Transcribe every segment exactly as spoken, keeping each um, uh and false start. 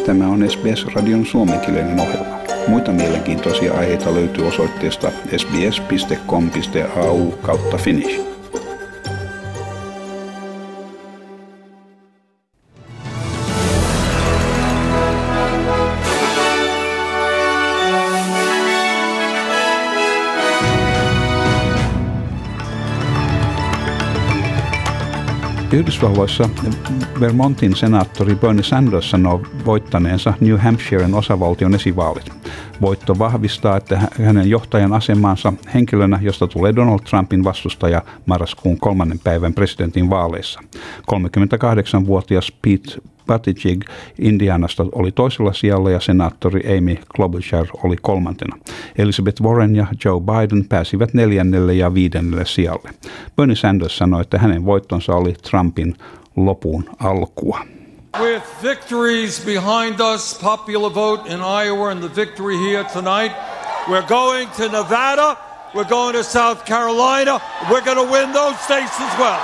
Tämä on S B S-radion suomenkielinen ohjelma. Muita mielenkiintoisia aiheita löytyy osoitteesta sbs piste com piste a u kautta finnish. Yhdysvalloissa Vermontin senaattori Bernie Sanders sanoo voittaneensa New Hampshiren osavaltion esivaalit. Voitto vahvistaa, että hänen johtajan asemansa henkilönä, josta tulee Donald Trumpin vastustaja marraskuun kolmannen päivän presidentin vaaleissa. kolmekymmentäkahdeksanvuotias Pete Buttigieg Indianasta oli toisella sijalla ja senaattori Amy Klobuchar oli kolmantena. Elizabeth Warren ja Joe Biden pääsivät neljännelle ja viidennelle sijalle. Bernie Sanders sanoi, että hänen voittonsa oli Trumpin lopun alkua. With victories behind us, popular vote in Iowa and the victory here tonight, we're going to Nevada, we're going to South Carolina, we're going to win those states as well.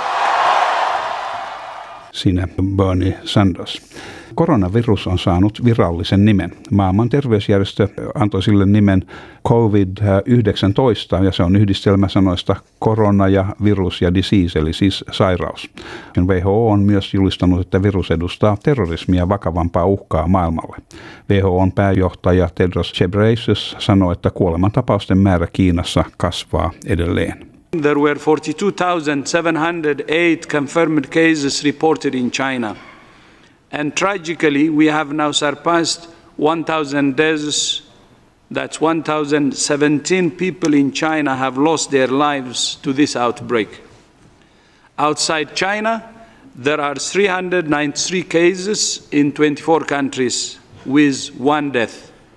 Siinä Bernie Sanders. Koronavirus on saanut virallisen nimen. Maailman terveysjärjestö antoi sille nimen covid yhdeksäntoista ja se on yhdistelmä sanoista korona ja virus ja disease eli siis sairaus. W H O on myös julistanut, että virus edustaa terrorismia vakavampaa uhkaa maailmalle. W H O:n pääjohtaja Tedros Ghebreyesus sanoi, että kuolemantapausten määrä Kiinassa kasvaa edelleen. There were forty-two thousand seven hundred eight confirmed cases reported in China. And tragically, we have now surpassed one thousand deaths. That's one thousand seventeen people in China have lost their lives to this outbreak. Outside China, there are three hundred ninety-three cases in twenty-four countries with one death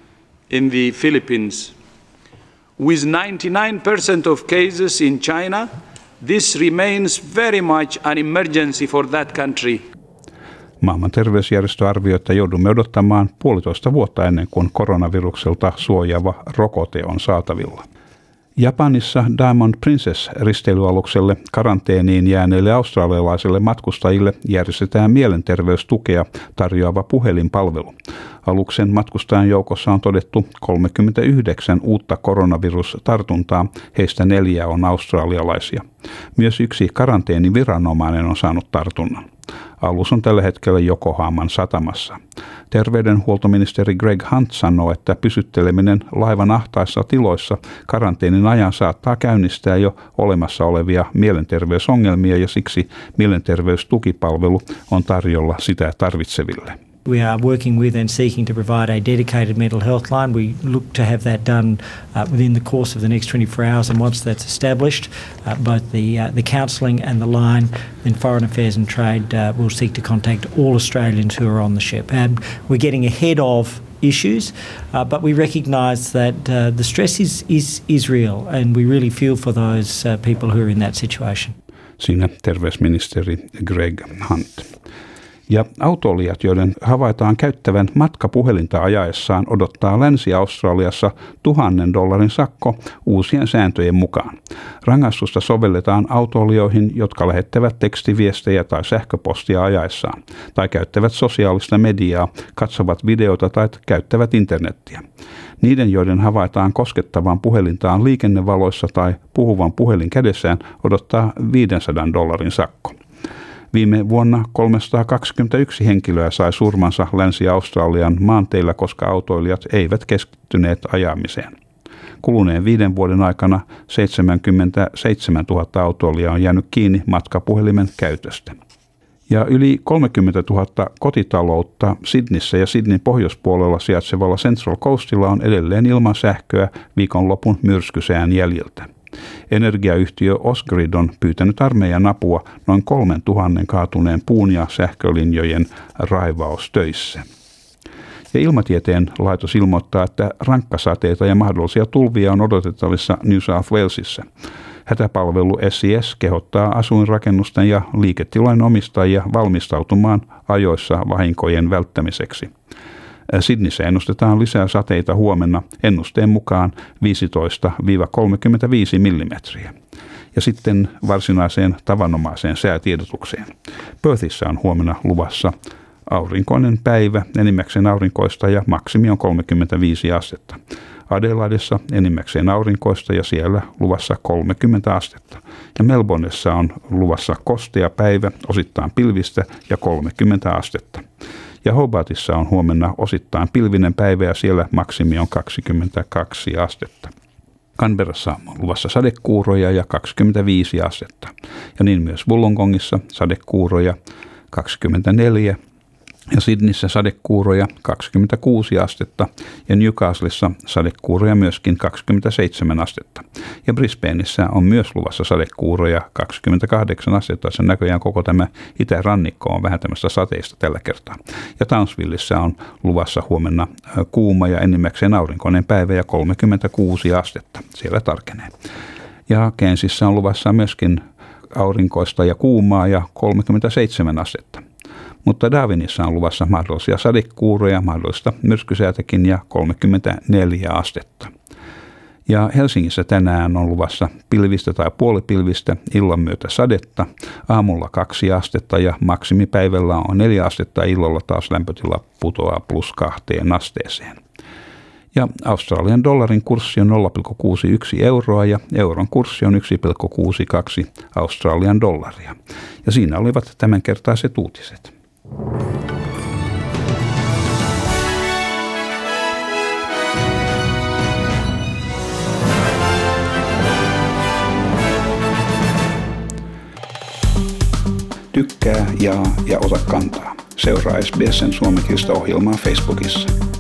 in the Philippines. With ninety-nine percent of cases in China, this remains very much an emergency for that country. Maailman terveysjärjestö arvioi, että joudumme odottamaan puolitoista vuotta ennen kuin koronavirukselta suojaava rokote on saatavilla. Japanissa Diamond Princess-risteilyalukselle karanteeniin jääneille australialaisille matkustajille järjestetään mielenterveystukea tarjoava puhelinpalvelu. Aluksen matkustajan joukossa on todettu kolmekymmentäyhdeksän uutta koronavirustartuntaa, heistä neljä on australialaisia. Myös yksi karanteeniviranomainen on saanut tartunnan. Alus on tällä hetkellä Yokohaman satamassa. Terveydenhuoltoministeri Greg Hunt sanoo, että pysytteleminen laivan ahtaissa tiloissa karanteenin ajan saattaa käynnistää jo olemassa olevia mielenterveysongelmia ja siksi mielenterveystukipalvelu on tarjolla sitä tarvitseville. We are working with and seeking to provide a dedicated mental health line. We look to have that done uh, within the course of the next twenty-four hours, and once that's established, uh, both the uh, the counselling and the line in Foreign Affairs and Trade uh, will seek to contact all Australians who are on the ship. And we're getting ahead of issues, uh, but we recognise that uh, the stress is, is, is real, and we really feel for those uh, people who are in that situation. Siinä terveysministeri Greg Hunt. Ja autoilijat, joiden havaitaan käyttävän matkapuhelinta ajaessaan, odottaa Länsi-Australiassa tuhannen dollarin sakko uusien sääntöjen mukaan. Rangaistusta sovelletaan autoilijoihin, jotka lähettävät tekstiviestejä tai sähköpostia ajaessaan, tai käyttävät sosiaalista mediaa, katsovat videota tai käyttävät internettiä. Niiden, joiden havaitaan koskettavan puhelintaan liikennevaloissa tai puhuvan puhelin kädessään, odottaa viisisataa dollarin sakko. Viime vuonna kolmesataakaksikymmentäyksi henkilöä sai surmansa Länsi-Australian maanteillä, koska autoilijat eivät keskittyneet ajamiseen. Kuluneen viiden vuoden aikana seitsemänkymmentäseitsemäntuhatta autoilijaa on jäänyt kiinni matkapuhelimen käytöstä. Ja yli kolmekymmentätuhatta kotitaloutta Sydneyssä ja Sydneyn pohjoispuolella sijaitsevalla Central Coastilla on edelleen ilman sähköä viikonlopun myrskysään jäljiltä. Energiayhtiö Ausgrid on pyytänyt armeijan apua noin kolmen tuhannen kaatuneen puun ja sähkölinjojen raivaustöissä. Ja ilmatieteen laitos ilmoittaa, että rankkasateita ja mahdollisia tulvia on odotettavissa New South Walesissa. Hätäpalvelu S I S kehottaa asuinrakennusten ja liiketilojen omistajia valmistautumaan ajoissa vahinkojen välttämiseksi. Sydneyssä ennustetaan lisää sateita huomenna ennusteen mukaan viisitoista kolmekymmentäviisi millimetriä. Ja sitten varsinaiseen tavanomaiseen säätiedotukseen. Perthissä on huomenna luvassa Aurinkoinen päivä, enimmäkseen aurinkoista ja maksimi on kolmekymmentäviisi astetta. Adelaidessa enimmäkseen aurinkoista ja siellä luvassa kolmekymmentä astetta. Ja Melbournessa on luvassa kostea päivä, osittain pilvistä ja kolmekymmentä astetta. Ja Hobartissa on huomenna osittain pilvinen päivä ja siellä maksimi on kaksikymmentäkaksi astetta. Canberrassa on luvassa sadekuuroja ja kaksikymmentäviisi astetta. Ja niin myös Wollongongissa sadekuuroja kaksikymmentäneljä ja Sydneyssä sadekuuroja kaksikymmentäkuusi astetta ja Newcastlessa sadekuuroja myöskin kaksikymmentäseitsemän astetta. Ja Brisbaneissa on myös luvassa sadekuuroja kaksikymmentäkahdeksan astetta. Sen näköjään koko tämä itärannikko on vähän tämmöistä sateista tällä kertaa. Ja Townsvillessä on luvassa huomenna kuuma ja enimmäkseen aurinkoinen päivä ja kolmekymmentäkuusi astetta. Siellä tarkenee. Ja Cairnsissa on luvassa myöskin aurinkoista ja kuumaa ja kolmekymmentäseitsemän astetta. Mutta Darwinissa on luvassa mahdollisia sadekuuroja, mahdollista myrskysäätäkin ja kolmekymmentäneljä astetta. Ja Helsingissä tänään on luvassa pilvistä tai puolipilvistä, illan myötä sadetta, aamulla kaksi astetta ja maksimipäivällä on neljä astetta, illalla taas lämpötila putoaa plus kahteen asteeseen. Ja Australian dollarin kurssi on nolla pilkku kuusikymmentäyksi euroa ja euron kurssi on yksi pilkku kuusikymmentäkaksi Australian dollaria. Ja siinä olivat tämänkertaiset uutiset. Tykkää, jaa ja ota kantaa. Seuraa S B S:n suomenkielistä ohjelmaa Facebookissa.